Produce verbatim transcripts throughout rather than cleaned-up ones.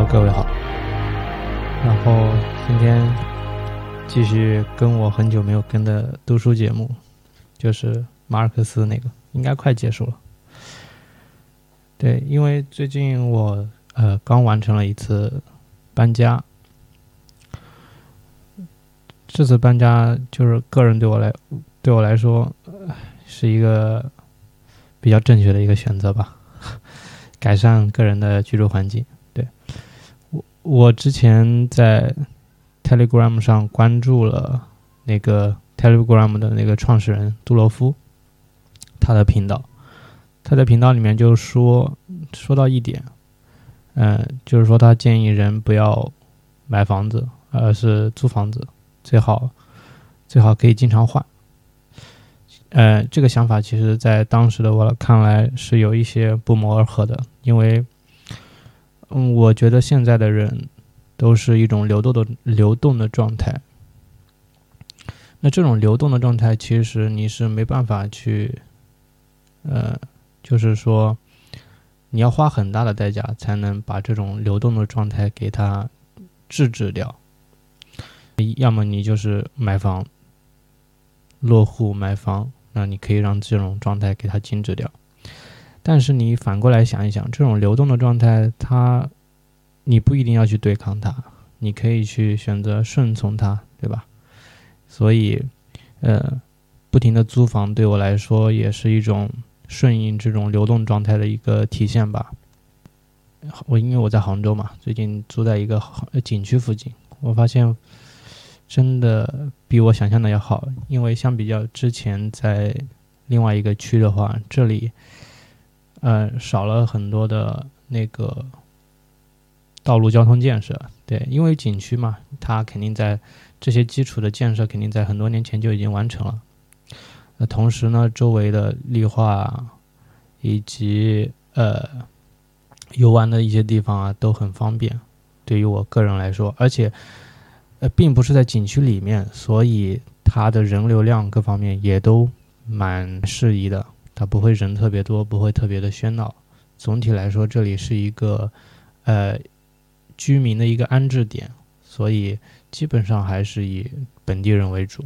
各位好，然后今天继续跟我很久没有跟的读书节目，就是马尔克斯那个，应该快结束了。对，因为最近我呃刚完成了一次搬家，这次搬家就是个人对我来对我来说、呃、是一个比较正确的一个选择吧，改善个人的居住环境。对，我我之前在 Telegram 上关注了那个 Telegram 的那个创始人杜洛夫，他的频道，他在频道里面就说说到一点，嗯、呃，就是说他建议人不要买房子，而是租房子，最好最好可以经常换。呃，这个想法其实在当时的我看来是有一些不谋而合的，因为嗯，我觉得现在的人都是一种流动的流动的状态。那这种流动的状态，其实你是没办法去，呃，就是说，你要花很大的代价才能把这种流动的状态给它制止掉。要么你就是买房，落户买房，那你可以让这种状态给它静止掉。但是你反过来想一想，这种流动的状态，它你不一定要去对抗它，你可以去选择顺从它，对吧？所以呃，不停的租房对我来说也是一种顺应这种流动状态的一个体现吧。我因为我在杭州嘛，最近住在一个景区附近，我发现真的比我想象的要好，因为相比较之前在另外一个区的话，这里呃少了很多的那个道路交通建设。对，因为景区嘛，它肯定在这些基础的建设肯定在很多年前就已经完成了。那同时呢，周围的绿化以及呃游玩的一些地方啊都很方便，对于我个人来说，而且呃并不是在景区里面，所以它的人流量各方面也都蛮适宜的，它不会人特别多，不会特别的喧闹。总体来说，这里是一个呃居民的一个安置点，所以基本上还是以本地人为主。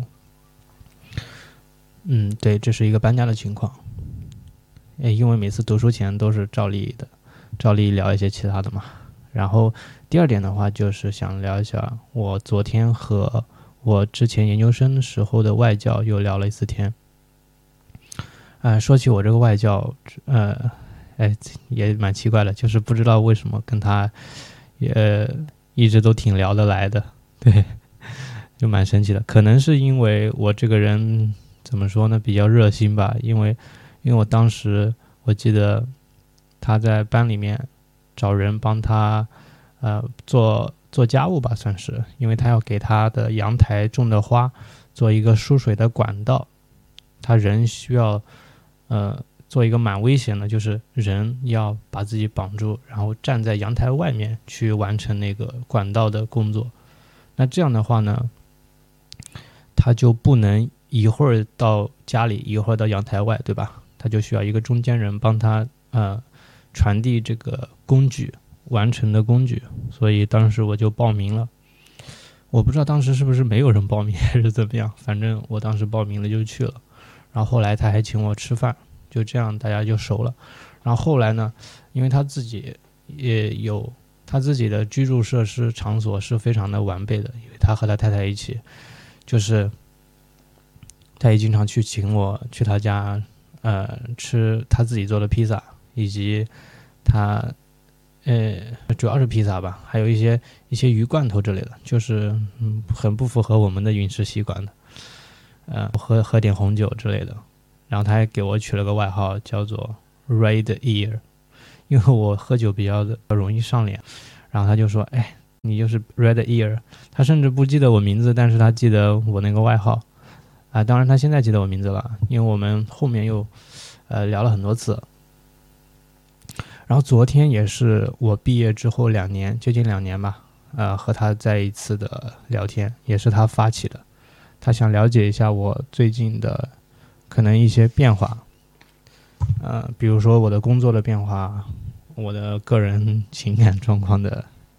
嗯，对，这是一个搬家的情况。诶，因为每次读书前都是照例的，照例聊一些其他的嘛。然后第二点的话，就是想聊一下我昨天和我之前研究生时候的外教又聊了一次天。呃，说起我这个外教，呃，哎，也蛮奇怪的，就是不知道为什么跟他也一直都挺聊得来的，对，就蛮神奇的。可能是因为我这个人怎么说呢，比较热心吧，因为因为我当时我记得他在班里面找人帮他呃做做家务吧，算是，因为他要给他的阳台种的花做一个输水的管道，他人需要呃做一个蛮危险的，就是人要把自己绑住，然后站在阳台外面去完成那个管道的工作。那这样的话呢，他就不能一会儿到家里，一会儿到阳台外，对吧？他就需要一个中间人帮他呃传递这个工具，完成的工具。所以当时我就报名了，我不知道当时是不是没有人报名还是怎么样，反正我当时报名了就去了。然后后来他还请我吃饭，就这样大家就熟了。然后后来呢，因为他自己也有他自己的居住设施场所是非常的完备的，因为他和他太太一起，就是他也经常去请我去他家呃吃他自己做的披萨，以及他呃主要是披萨吧，还有一些一些鱼罐头之类的，就是嗯很不符合我们的饮食习惯的。呃，喝喝点红酒之类的，然后他还给我取了个外号叫做 Red Ear， 因为我喝酒比较的容易上脸，然后他就说，哎，你就是 Red Ear， 他甚至不记得我名字，但是他记得我那个外号啊、呃，当然他现在记得我名字了，因为我们后面又呃聊了很多次。然后昨天也是我毕业之后两年，接近两年吧，呃，和他再一次的聊天，也是他发起的。他想了解一下我最近的可能一些变化，呃，比如说我的工作的变化，我的个人情感状况的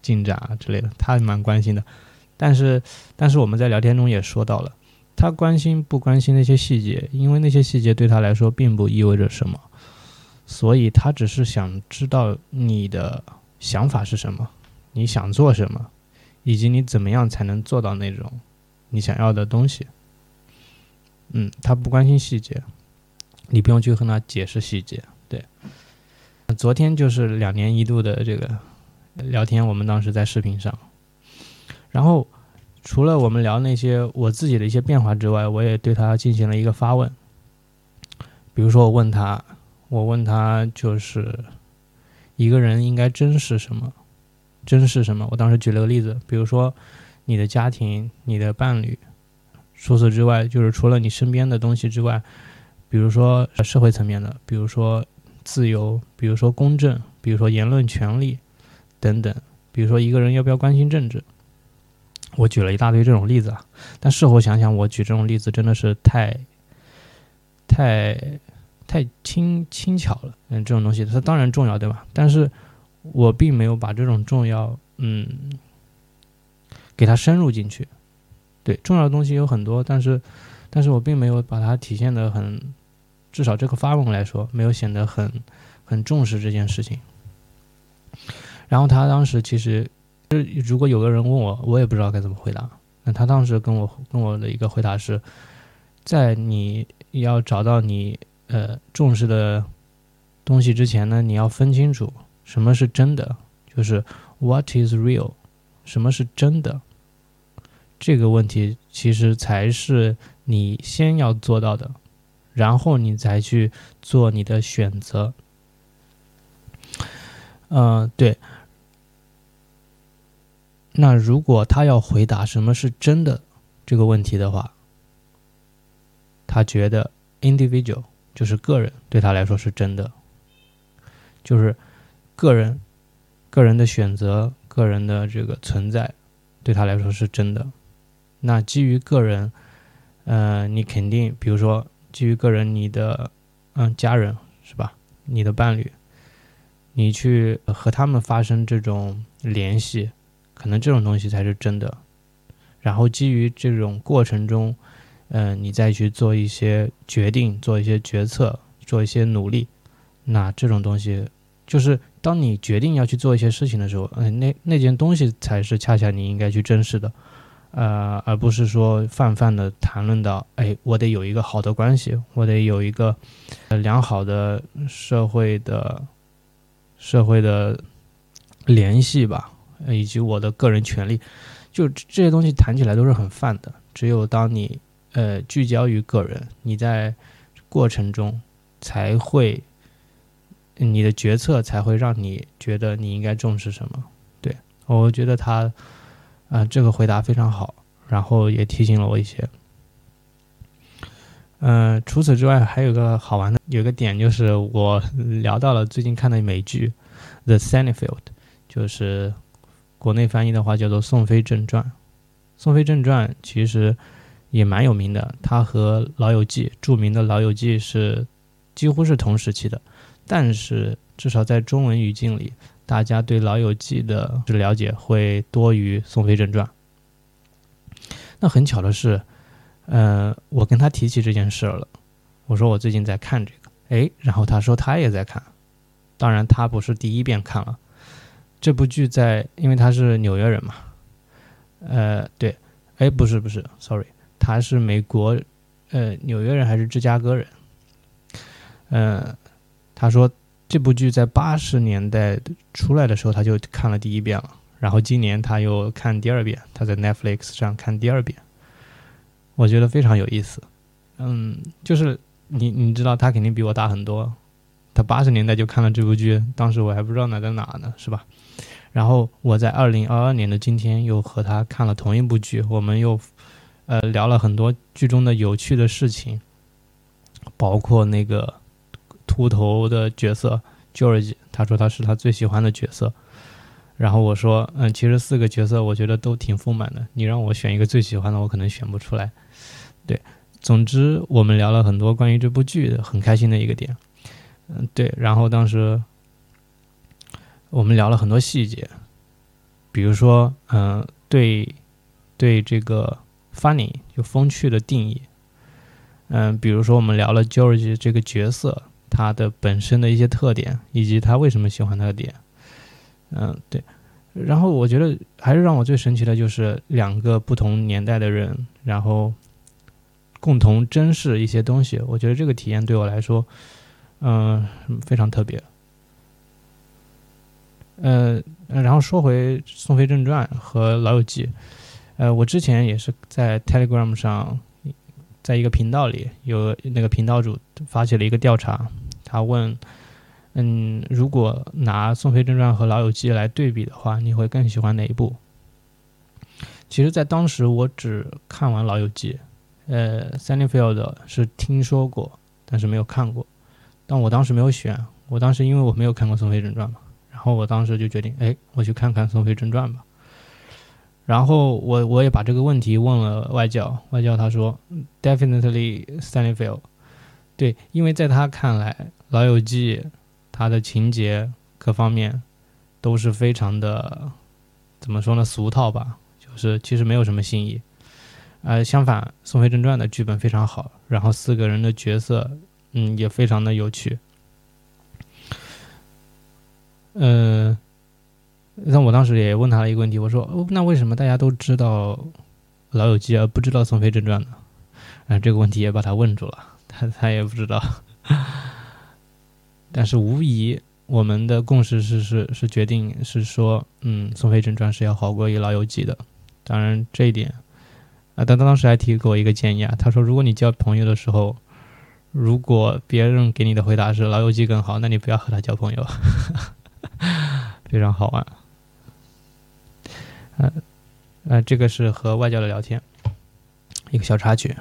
进展啊之类的，他蛮关心的。但是但是我们在聊天中也说到了，他关心不关心那些细节，因为那些细节对他来说并不意味着什么，所以他只是想知道你的想法是什么，你想做什么，以及你怎么样才能做到那种你想要的东西。嗯，他不关心细节，你不用去和他解释细节。对，昨天就是两年一度的这个聊天，我们当时在视频上，然后除了我们聊那些我自己的一些变化之外，我也对他进行了一个发问。比如说我问他我问他就是一个人应该珍视什么珍视什么我当时举了个例子，比如说你的家庭，你的伴侣，除此之外就是除了你身边的东西之外，比如说社会层面的，比如说自由，比如说公正，比如说言论权利等等，比如说一个人要不要关心政治。我举了一大堆这种例子啊，但事后想想，我举这种例子真的是太太太轻轻巧了。嗯，这种东西它当然重要，对吧？但是我并没有把这种重要嗯给它深入进去。对，重要的东西有很多，但是但是我并没有把它体现得很，至少这个发问来说没有显得很很重视这件事情。然后他当时其实如果有个人问我，我也不知道该怎么回答。那他当时跟我跟我的一个回答是，在你要找到你呃重视的东西之前呢，你要分清楚什么是真的，就是 what is real， 什么是真的。这个问题其实才是你先要做到的，然后你再去做你的选择。呃，对。那如果他要回答什么是真的这个问题的话，他觉得 individual 就是个人对他来说是真的，就是个人个人的选择，个人的这个存在对他来说是真的。那基于个人呃，你肯定比如说基于个人你的嗯家人是吧，你的伴侣，你去和他们发生这种联系，可能这种东西才是真的。然后基于这种过程中嗯、呃，你再去做一些决定，做一些决策，做一些努力，那这种东西就是当你决定要去做一些事情的时候，嗯、呃，那那件东西才是恰恰你应该去珍视的，呃，而不是说泛泛的谈论到，哎，我得有一个好的关系，我得有一个、呃、良好的社会的社会的联系吧，以及我的个人权利，就这些东西谈起来都是很泛的。只有当你呃聚焦于个人，你在过程中才会，你的决策才会让你觉得你应该重视什么。对，我觉得他啊、呃、这个回答非常好，然后也提醒了我一些。呃，除此之外还有个好玩的，有个点就是我聊到了最近看的美剧《The Seinfeld》，就是国内翻译的话叫做《宋飞正传》。《宋飞正传》其实也蛮有名的，它和《老友记》著名的《老友记》是几乎是同时期的，但是至少在中文语境里，大家对《老友记》的了解会多于《宋飞正传》。那很巧的是，呃，我跟他提起这件事了，我说我最近在看这个，诶，然后他说他也在看，当然他不是第一遍看了这部剧在，因为他是纽约人嘛，呃，对，诶，不是不是 ，sorry， 他是美国，呃，纽约人还是芝加哥人，呃，他说这部剧在八十年代出来的时候他就看了第一遍了，然后今年他又看第二遍，他在 Netflix 上看第二遍。我觉得非常有意思，嗯，就是你你知道他肯定比我大很多，他八十年代就看了这部剧，当时我还不知道哪在哪呢，是吧？然后我在二零二二年的今天又和他看了同一部剧，我们又呃聊了很多剧中的有趣的事情，包括那个秃头的角色 George， 他说他是他最喜欢的角色。然后我说，嗯，其实四个角色我觉得都挺丰满的，你让我选一个最喜欢的，我可能选不出来。对，总之我们聊了很多关于这部剧的，很开心的一个点。嗯，对，然后当时我们聊了很多细节， 比如说，嗯、呃，对对这个 funny 就风趣的定义，嗯、呃，比如说我们聊了 George 这个角色，他的本身的一些特点，以及他为什么喜欢他的点，嗯、呃，对。然后我觉得还是让我最神奇的就是两个不同年代的人，然后共同珍视一些东西，我觉得这个体验对我来说，嗯、呃，非常特别。呃，然后说回《宋飞正传》和《老友记》，呃，我之前也是在 Telegram 上，在一个频道里，有那个频道主发起了一个调查，他问，嗯，如果拿《宋飞正传》和《老友记》来对比的话，你会更喜欢哪一部？其实，在当时我只看完《老友记》，呃 ，Seinfeld 是听说过，但是没有看过。但我当时没有选，我当时因为我没有看过《宋飞正传》嘛。然后我当时就决定，哎，我去看看《宋飞正传》吧。然后我我也把这个问题问了外教，外教他说 ，definitely Seinfeld。对，因为在他看来，《老友记》它的情节各方面都是非常的，怎么说呢，俗套吧，就是其实没有什么新意。呃，相反，《宋飞正传》的剧本非常好，然后四个人的角色，嗯，也非常的有趣。呃，那我当时也问他了一个问题，我说、哦、那为什么大家都知道老友记而不知道宋飞正传呢？呃，这个问题也把他问住了，他他也不知道。但是无疑我们的共识是是是决定是说，嗯，宋飞正传是要好过于老友记的。当然这一点啊，他当时还提给我一个建议啊，他说如果你交朋友的时候，如果别人给你的回答是老友记更好，那你不要和他交朋友。非常好玩。呃呃，这个是和外教的聊天，一个小插曲。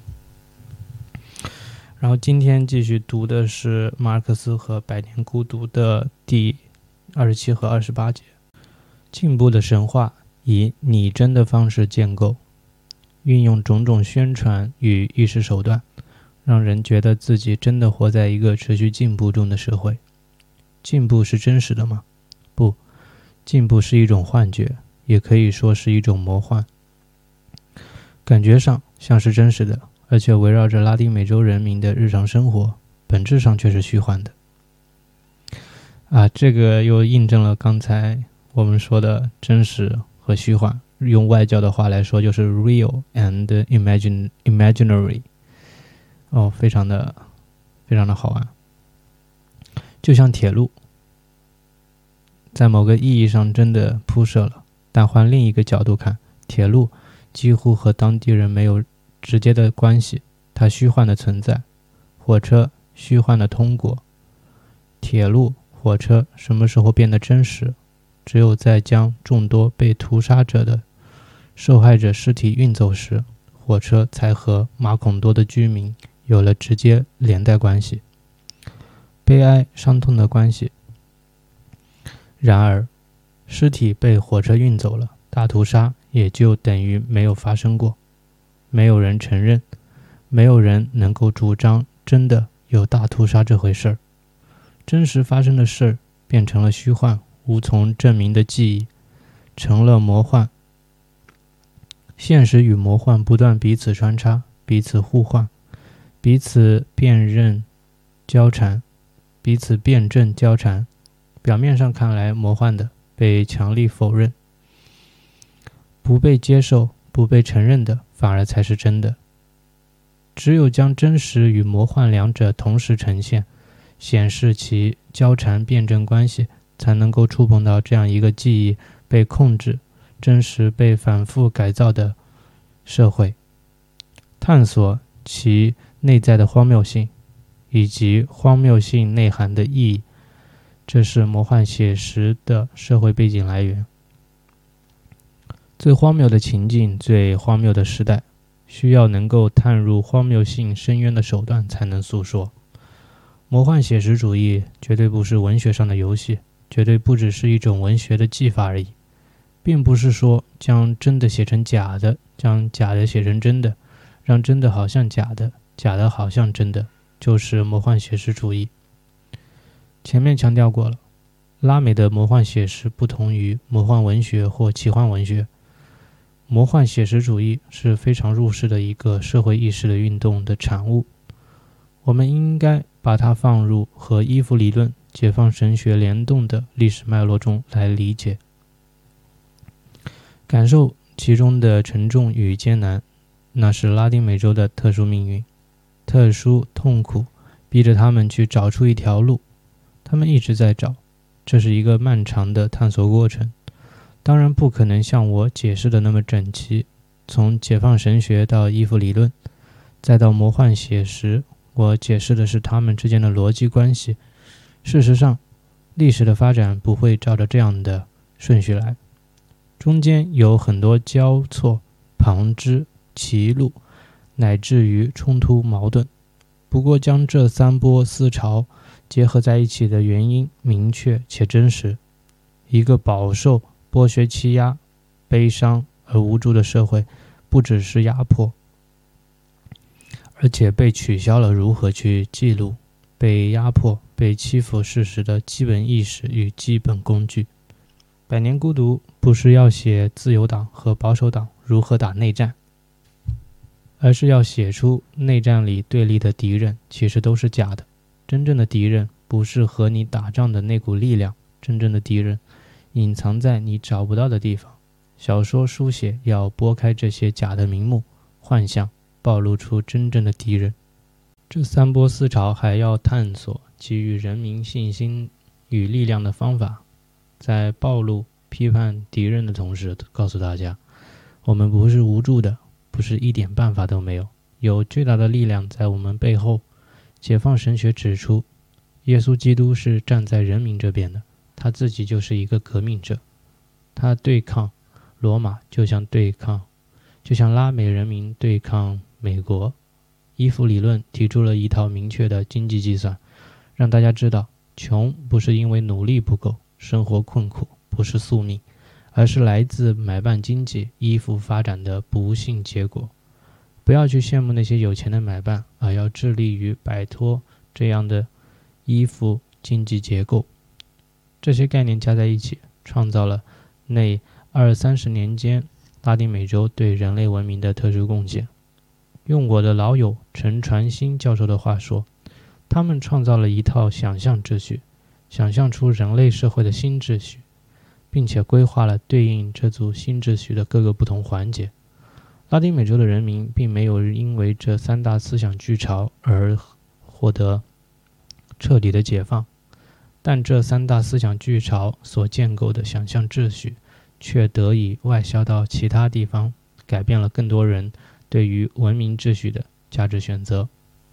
然后今天继续读的是马尔克斯和百年孤独的第二十七和二十八节。进步的神话以拟真的方式建构，运用种种宣传与意识手段，让人觉得自己真的活在一个持续进步中的社会。进步是真实的吗？不，进步是一种幻觉，也可以说是一种魔幻。感觉上像是真实的，而且围绕着拉丁美洲人民的日常生活，本质上却是虚幻的。啊，这个又印证了刚才我们说的真实和虚幻，用外教的话来说就是 real and imagine, imaginary。哦，非常的非常的好玩。就像铁路，在某个意义上真的铺设了，但换另一个角度看，铁路几乎和当地人没有直接的关系，它虚幻的存在，火车虚幻的通过。铁路、火车什么时候变得真实？只有在将众多被屠杀者的受害者尸体运走时，火车才和马孔多的居民有了直接连带关系，悲哀伤痛的关系。然而尸体被火车运走了，大屠杀也就等于没有发生过。没有人承认，没有人能够主张真的有大屠杀这回事儿。真实发生的事儿变成了虚幻无从证明的记忆，成了魔幻。现实与魔幻不断彼此穿插，彼此互换，彼此辨认交缠，彼此辩证交缠。表面上看来魔幻的被强力否认，不被接受、不被承认的反而才是真的。只有将真实与魔幻两者同时呈现，显示其交缠辩证关系，才能够触碰到这样一个记忆被控制、真实被反复改造的社会，探索其内在的荒谬性以及荒谬性内涵的意义，这是魔幻写实的社会背景来源。最荒谬的情境，最荒谬的时代，需要能够探入荒谬性深渊的手段才能诉说。魔幻写实主义绝对不是文学上的游戏，绝对不只是一种文学的技法而已，并不是说将真的写成假的，将假的写成真的，让真的好像假的，假的好像真的，就是魔幻写实主义。前面强调过了， 拉美的魔幻写实不同于魔幻文学或奇幻文学。魔幻写实主义是非常入世的一个社会意识的运动的产物，我们应该把它放入和依附理论、解放神学联动的历史脉络中来理解，感受其中的沉重与艰难。那是拉丁美洲的特殊命运、特殊痛苦，逼着他们去找出一条路。他们一直在找，这是一个漫长的探索过程，当然不可能像我解释的那么整齐。从解放神学到依附理论，再到魔幻写实，我解释的是他们之间的逻辑关系。事实上，历史的发展不会照着这样的顺序来，中间有很多交错、旁支、歧路，乃至于冲突矛盾。不过将这三波思潮结合在一起的原因明确且真实。一个饱受剥削欺压、悲伤而无助的社会，不只是压迫，而且被取消了如何去记录被压迫、被欺负事实的基本意识与基本工具。百年孤独不是要写自由党和保守党如何打内战，而是要写出内战里对立的敌人其实都是假的。真正的敌人不是和你打仗的那股力量，真正的敌人隐藏在你找不到的地方。小说书写要拨开这些假的名目、幻象，暴露出真正的敌人。这三波思潮还要探索给予人民信心与力量的方法，在暴露批判敌人的同时，告诉大家，我们不是无助的，不是一点办法都没有，有巨大的力量在我们背后。解放神学指出，耶稣基督是站在人民这边的，他自己就是一个革命者，他对抗罗马就像对抗就像拉美人民对抗美国。依附理论提出了一套明确的经济计算，让大家知道，穷不是因为努力不够，生活困苦，不是宿命，而是来自买办经济依附发展的不幸结果。不要去羡慕那些有钱的买办，而要致力于摆脱这样的依附经济结构。这些概念加在一起，创造了那二三十年间拉丁美洲对人类文明的特殊贡献。用我的老友陈传新教授的话说，他们创造了一套想象秩序，想象出人类社会的新秩序，并且规划了对应这组新秩序的各个不同环节。拉丁美洲的人民并没有因为这三大思想巨潮而获得彻底的解放，但这三大思想巨潮所建构的想象秩序却得以外销到其他地方，改变了更多人对于文明秩序的价值选择。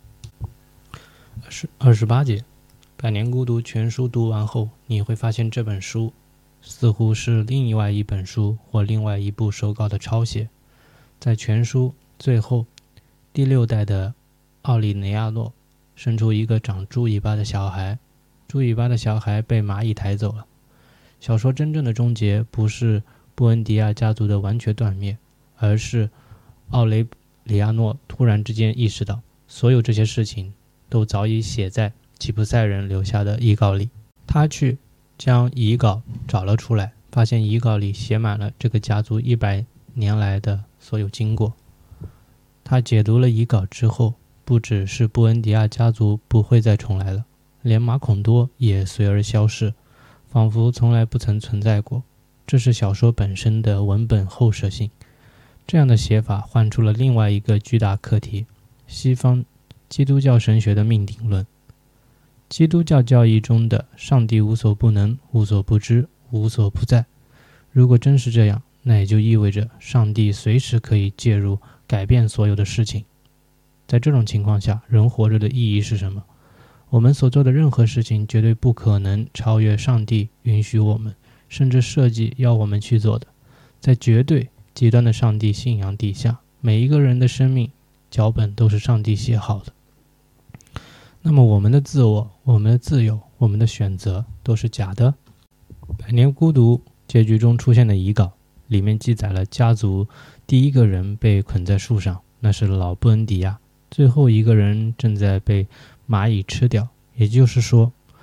二十八节，百年孤独全书读完后，你会发现这本书似乎是另外一本书或另外一部手稿的抄写。在全书最后，第六代的奥里内亚诺生出一个长猪尾巴的小孩，猪尾巴的小孩被蚂蚁抬走了。小说真正的终结不是布恩迪亚家族的完全断灭，而是奥雷里亚诺突然之间意识到，所有这些事情都早已写在吉普赛人留下的遗稿里。他去将遗稿找了出来，发现遗稿里写满了这个家族一百年来的所有经过。他解读了遗稿之后，不只是布恩迪亚家族不会再重来了，连马孔多也随而消逝，仿佛从来不曾存在过。这是小说本身的文本后设性。这样的写法唤出了另外一个巨大课题，西方基督教神学的命定论。基督教教义中的上帝无所不能、无所不知、无所不在，如果真是这样，那也就意味着上帝随时可以介入改变所有的事情。在这种情况下，人活着的意义是什么？我们所做的任何事情绝对不可能超越上帝允许我们，甚至设计要我们去做的。在绝对极端的上帝信仰底下，每一个人的生命脚本都是上帝写好的。那么我们的自我、我们的自由、我们的选择都是假的。百年孤独结局中出现的遗稿里面记载了家族第一个人被捆在树上，那是老布恩迪亚，最后一个人正在被蚂蚁吃掉。也就是说，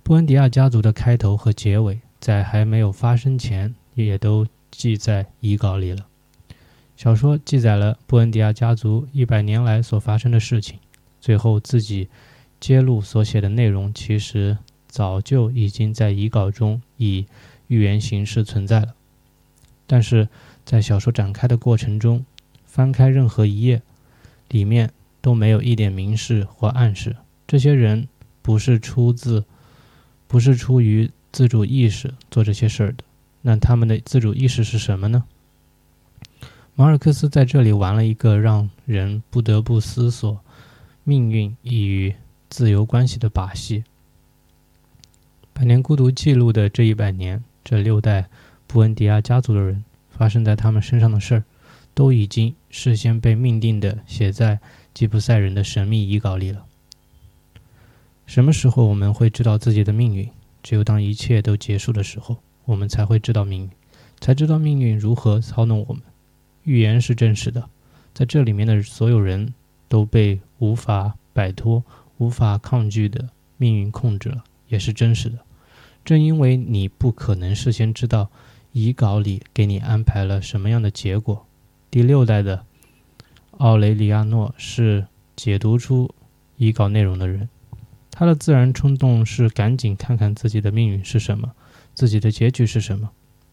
布恩迪亚家族的开头和结尾在还没有发生前也都记在遗稿里了。小说记载了布恩迪亚家族一百年来所发生的事情，最后自己揭露所写的内容其实早就已经在遗稿中以寓言形式存在了。但是在小说展开的过程中，翻开任何一页，里面都没有一点明示或暗示这些人不是出自不是出于自主意识做这些事儿的。那他们的自主意识是什么呢？马尔克斯在这里玩了一个让人不得不思索命运与自由关系的把戏。百年孤独记录的这一百年，这六代布恩迪亚家族的人发生在他们身上的事儿，都已经事先被命定的写在吉普赛人的神秘遗稿里了。什么时候我们会知道自己的命运？只有当一切都结束的时候，我们才会知道命运，才知道命运如何操弄我们。预言是真实的，在这里面的所有人都被无法摆脱、无法抗拒的命运控制了，也是真实的。正因为你不可能事先知道遗稿里给你安排了什么样的结果，第六代的奥雷里亚诺是解读出遗稿内容的人，他的自然冲动是赶紧看看自己的命运是什么，自己的结局是什么。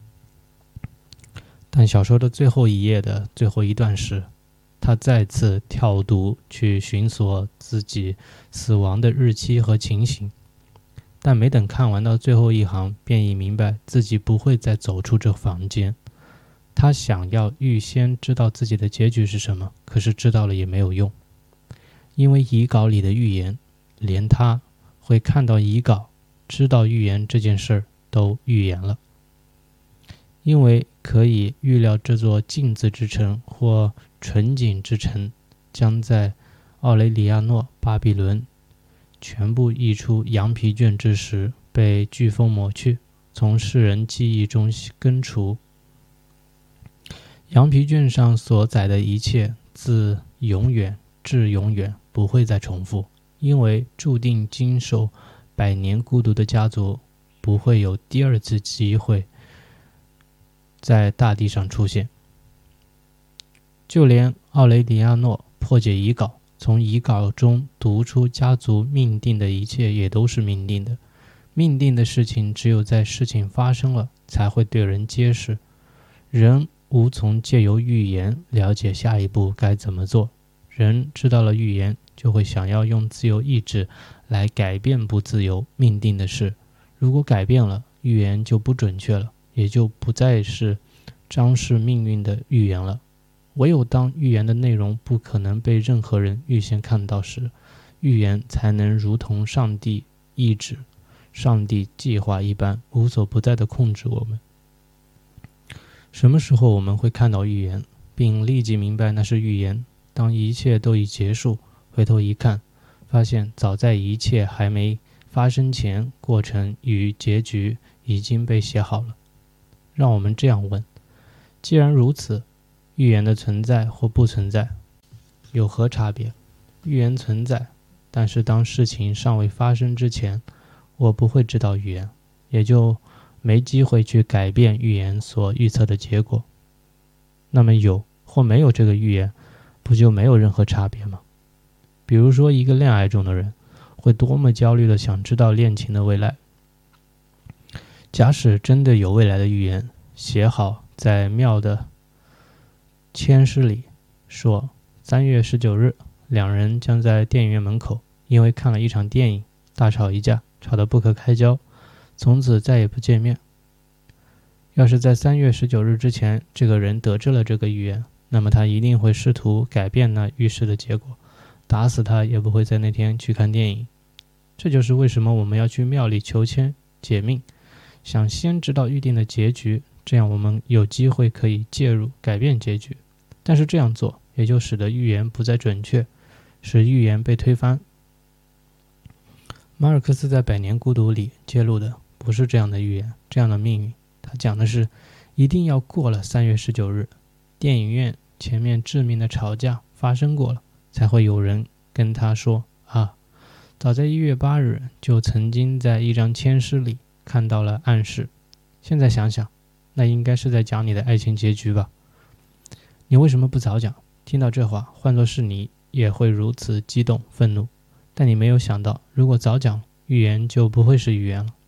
但小说的最后一页的最后一段时，他再次跳读去寻索自己死亡的日期和情形，但没等看完到最后一行，便已明白自己不会再走出这房间。他想要预先知道自己的结局是什么，可是知道了也没有用，因为遗稿里的预言，连他会看到遗稿、知道预言这件事儿都预言了。因为可以预料这座镜子之城或纯景之城将在奥雷里亚诺巴比伦全部溢出羊皮卷之时被飓风抹去，从世人记忆中根除。羊皮卷上所载的一切自永远至永远不会再重复，因为注定经受百年孤独的家族不会有第二次机会在大地上出现。就连奥雷里亚诺破解遗稿，从遗稿中读出家族命定的一切也都是命定的。命定的事情只有在事情发生了才会对人揭示，人无从借由预言了解下一步该怎么做。人知道了预言，就会想要用自由意志来改变不自由命定的事。如果改变了，预言就不准确了，也就不再是彰示命运的预言了。唯有当预言的内容不可能被任何人预先看到时，预言才能如同上帝意志、上帝计划一般无所不在地控制我们。什么时候我们会看到预言，并立即明白那是预言？当一切都已结束，回头一看，发现早在一切还没发生前，过程与结局已经被写好了。让我们这样问，既然如此，预言的存在或不存在有何差别？预言存在，但是当事情尚未发生之前，我不会知道预言，也就没机会去改变预言所预测的结果。那么有或没有这个预言，不就没有任何差别吗？比如说一个恋爱中的人会多么焦虑地想知道恋情的未来。假使真的有未来的预言写好在庙的签诗里，说三月十九日两人将在电影院门口因为看了一场电影大吵一架，吵得不可开交，从此再也不见面。要是在三月十九日之前这个人得知了这个预言，那么他一定会试图改变那预示的结果，打死他也不会在那天去看电影。这就是为什么我们要去庙里求签解命，想先知道预定的结局，这样我们有机会可以介入改变结局。但是这样做也就使得预言不再准确，使预言被推翻。马尔克斯在《百年孤独》里揭露的不是这样的预言，这样的命运。他讲的是一定要过了三月十九日，电影院前面致命的吵架发生过了，才会有人跟他说啊， 早在一月八日就曾经在一张签诗里看到了暗示，现在想想，那应该是在讲你的爱情结局吧？你为什么不早讲？听到这话，换作是你也会如此激动愤怒，但你没有想到，如果早讲，预言就不会是预言了。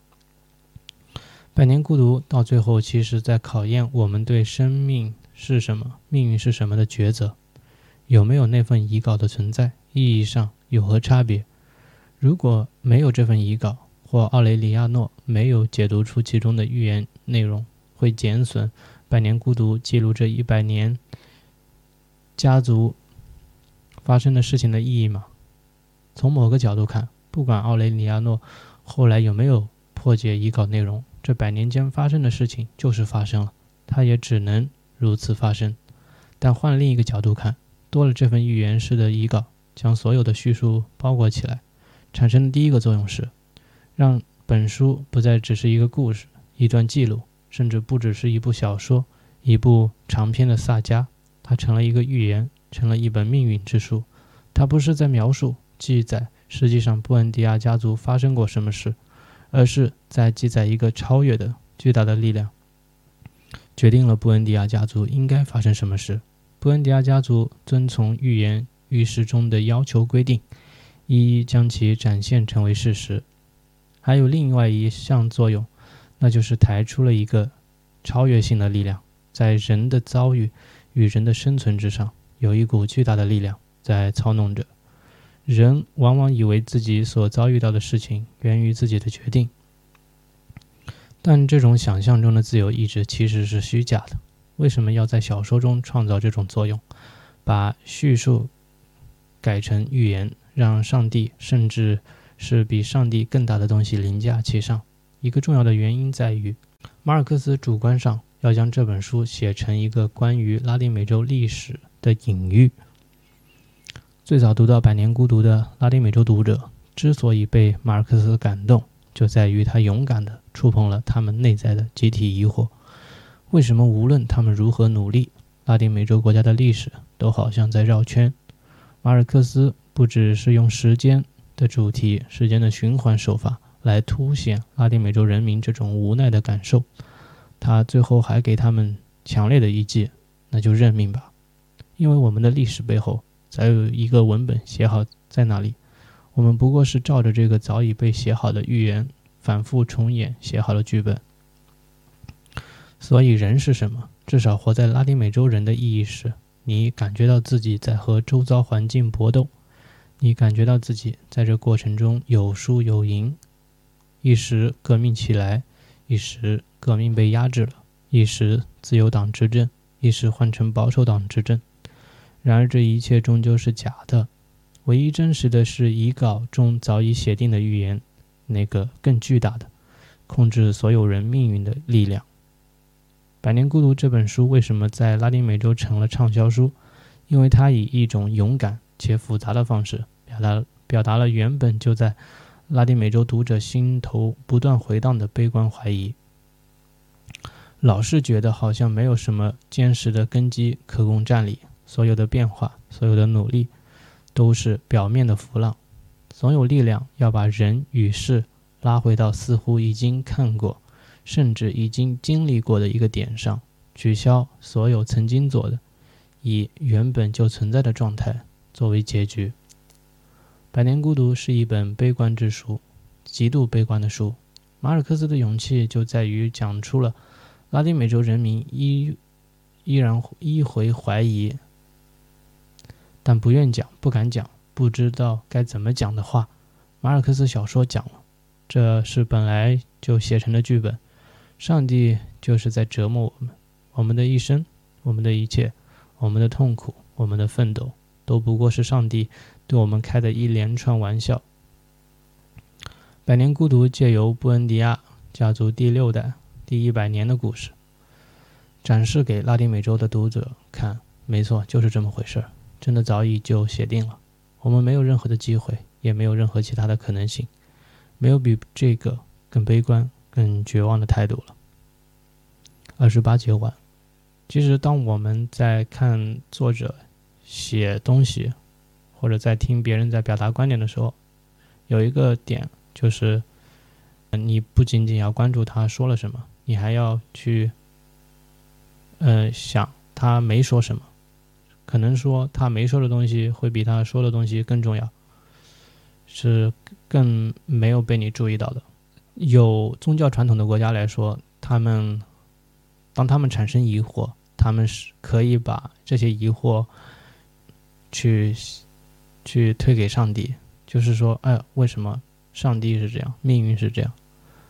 百年孤独到最后其实在考验我们对生命是什么、命运是什么的抉择。有没有那份遗稿的存在，意义上有何差别？如果没有这份遗稿，或奥雷里亚诺没有解读出其中的预言内容，会减损百年孤独记录这一百年家族发生的事情的意义吗？从某个角度看，不管奥雷里亚诺后来有没有破解遗稿内容，这百年间发生的事情就是发生了，它也只能如此发生。但换另一个角度看，多了这份预言式的遗稿，将所有的叙述包裹起来，产生的第一个作用是，让本书不再只是一个故事、一段记录，甚至不只是一部小说、一部长篇的萨迦，它成了一个预言，成了一本命运之书。它不是在描述、记载实际上布恩迪亚家族发生过什么事，而是在记载一个超越的巨大的力量，决定了布恩迪亚家族应该发生什么事。布恩迪亚家族遵从预言预示中的要求规定，一一将其展现成为事实。还有另外一项作用，那就是抬出了一个超越性的力量，在人的遭遇与人的生存之上，有一股巨大的力量在操弄着。人往往以为自己所遭遇到的事情源于自己的决定，但这种想象中的自由意志其实是虚假的。为什么要在小说中创造这种作用，把叙述改成预言，让上帝甚至是比上帝更大的东西凌驾其上？一个重要的原因在于，马尔克斯主观上要将这本书写成一个关于拉丁美洲历史的隐喻。最早读到《百年孤独》的拉丁美洲读者之所以被马尔克斯感动，就在于他勇敢地触碰了他们内在的集体疑惑。为什么无论他们如何努力，拉丁美洲国家的历史都好像在绕圈？马尔克斯不只是用时间的主题、时间的循环手法来凸显拉丁美洲人民这种无奈的感受，他最后还给他们强烈的一击，那就认命吧。因为我们的历史背后早有一个文本写好在那里，我们不过是照着这个早已被写好的预言反复重演写好了剧本。所以人是什么？至少活在拉丁美洲人的意义是，你感觉到自己在和周遭环境搏斗，你感觉到自己在这过程中有输有赢，一时革命起来，一时革命被压制了，一时自由党执政，一时换成保守党执政。然而这一切终究是假的，唯一真实的是遗稿中早已写定的预言，那个更巨大的控制所有人命运的力量。百年孤独这本书为什么在拉丁美洲成了畅销书？因为它以一种勇敢且复杂的方式表达表达了原本就在拉丁美洲读者心头不断回荡的悲观怀疑。老是觉得好像没有什么坚实的根基可供站立，所有的变化，所有的努力都是表面的浮浪，总有力量要把人与事拉回到似乎已经看过甚至已经经历过的一个点上，取消所有曾经做的，以原本就存在的状态作为结局。百年孤独是一本悲观之书，极度悲观的书。马尔克斯的勇气就在于讲出了拉丁美洲人民依依然依回怀疑，但不愿讲、不敢讲、不知道该怎么讲的话。马尔克斯小说讲了，这是本来就写成的剧本。上帝就是在折磨我们，我们的一生，我们的一切，我们的痛苦，我们的奋斗，都不过是上帝对我们开的一连串玩笑。百年孤独借由布恩迪亚家族第六代第一百年的故事，展示给拉丁美洲的读者看，没错，就是这么回事，真的早已就写定了。我们没有任何的机会，也没有任何其他的可能性，没有比这个更悲观更绝望的态度了。二十八节完。其实当我们在看作者写东西，或者在听别人在表达观点的时候， 有一个点就是，你不仅仅要关注他说了什么，你还要去，呃，想他没说什么。可能说他没说的东西会比他说的东西更重要，是更没有被你注意到的。有宗教传统的国家来说，他们当他们产生疑惑，他们是可以把这些疑惑去去推给上帝，就是说，哎，为什么上帝是这样，命运是这样？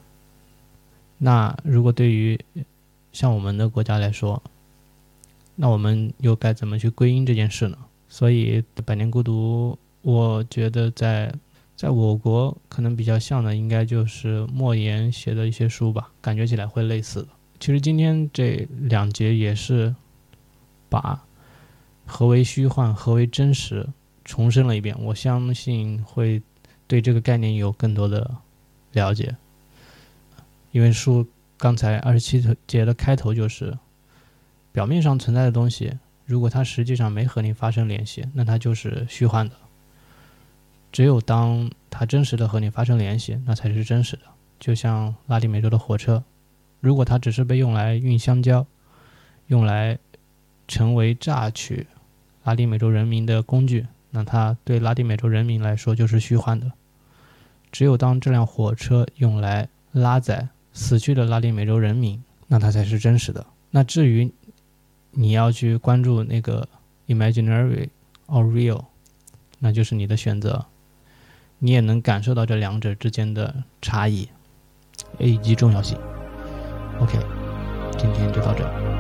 那如果对于像我们的国家来说，那我们又该怎么去归因这件事呢？所以《百年孤独》，我觉得在在我国可能比较像的，应该就是莫言写的一些书吧，感觉起来会类似的。其实今天这两节也是把何为虚幻、何为真实重申了一遍，我相信会对这个概念有更多的了解。因为书刚才二十七节的开头就是，表面上存在的东西，如果它实际上没和你发生联系，那它就是虚幻的。只有当它真实的和你发生联系，那才是真实的。就像拉丁美洲的火车，如果它只是被用来运香蕉，用来成为榨取拉丁美洲人民的工具，那它对拉丁美洲人民来说就是虚幻的。只有当这辆火车用来拉载死去的拉丁美洲人民，那它才是真实的。那至于你要去关注那个 imaginary or real， 那就是你的选择。你也能感受到这两者之间的差异以及重要性。OK， 今天就到这。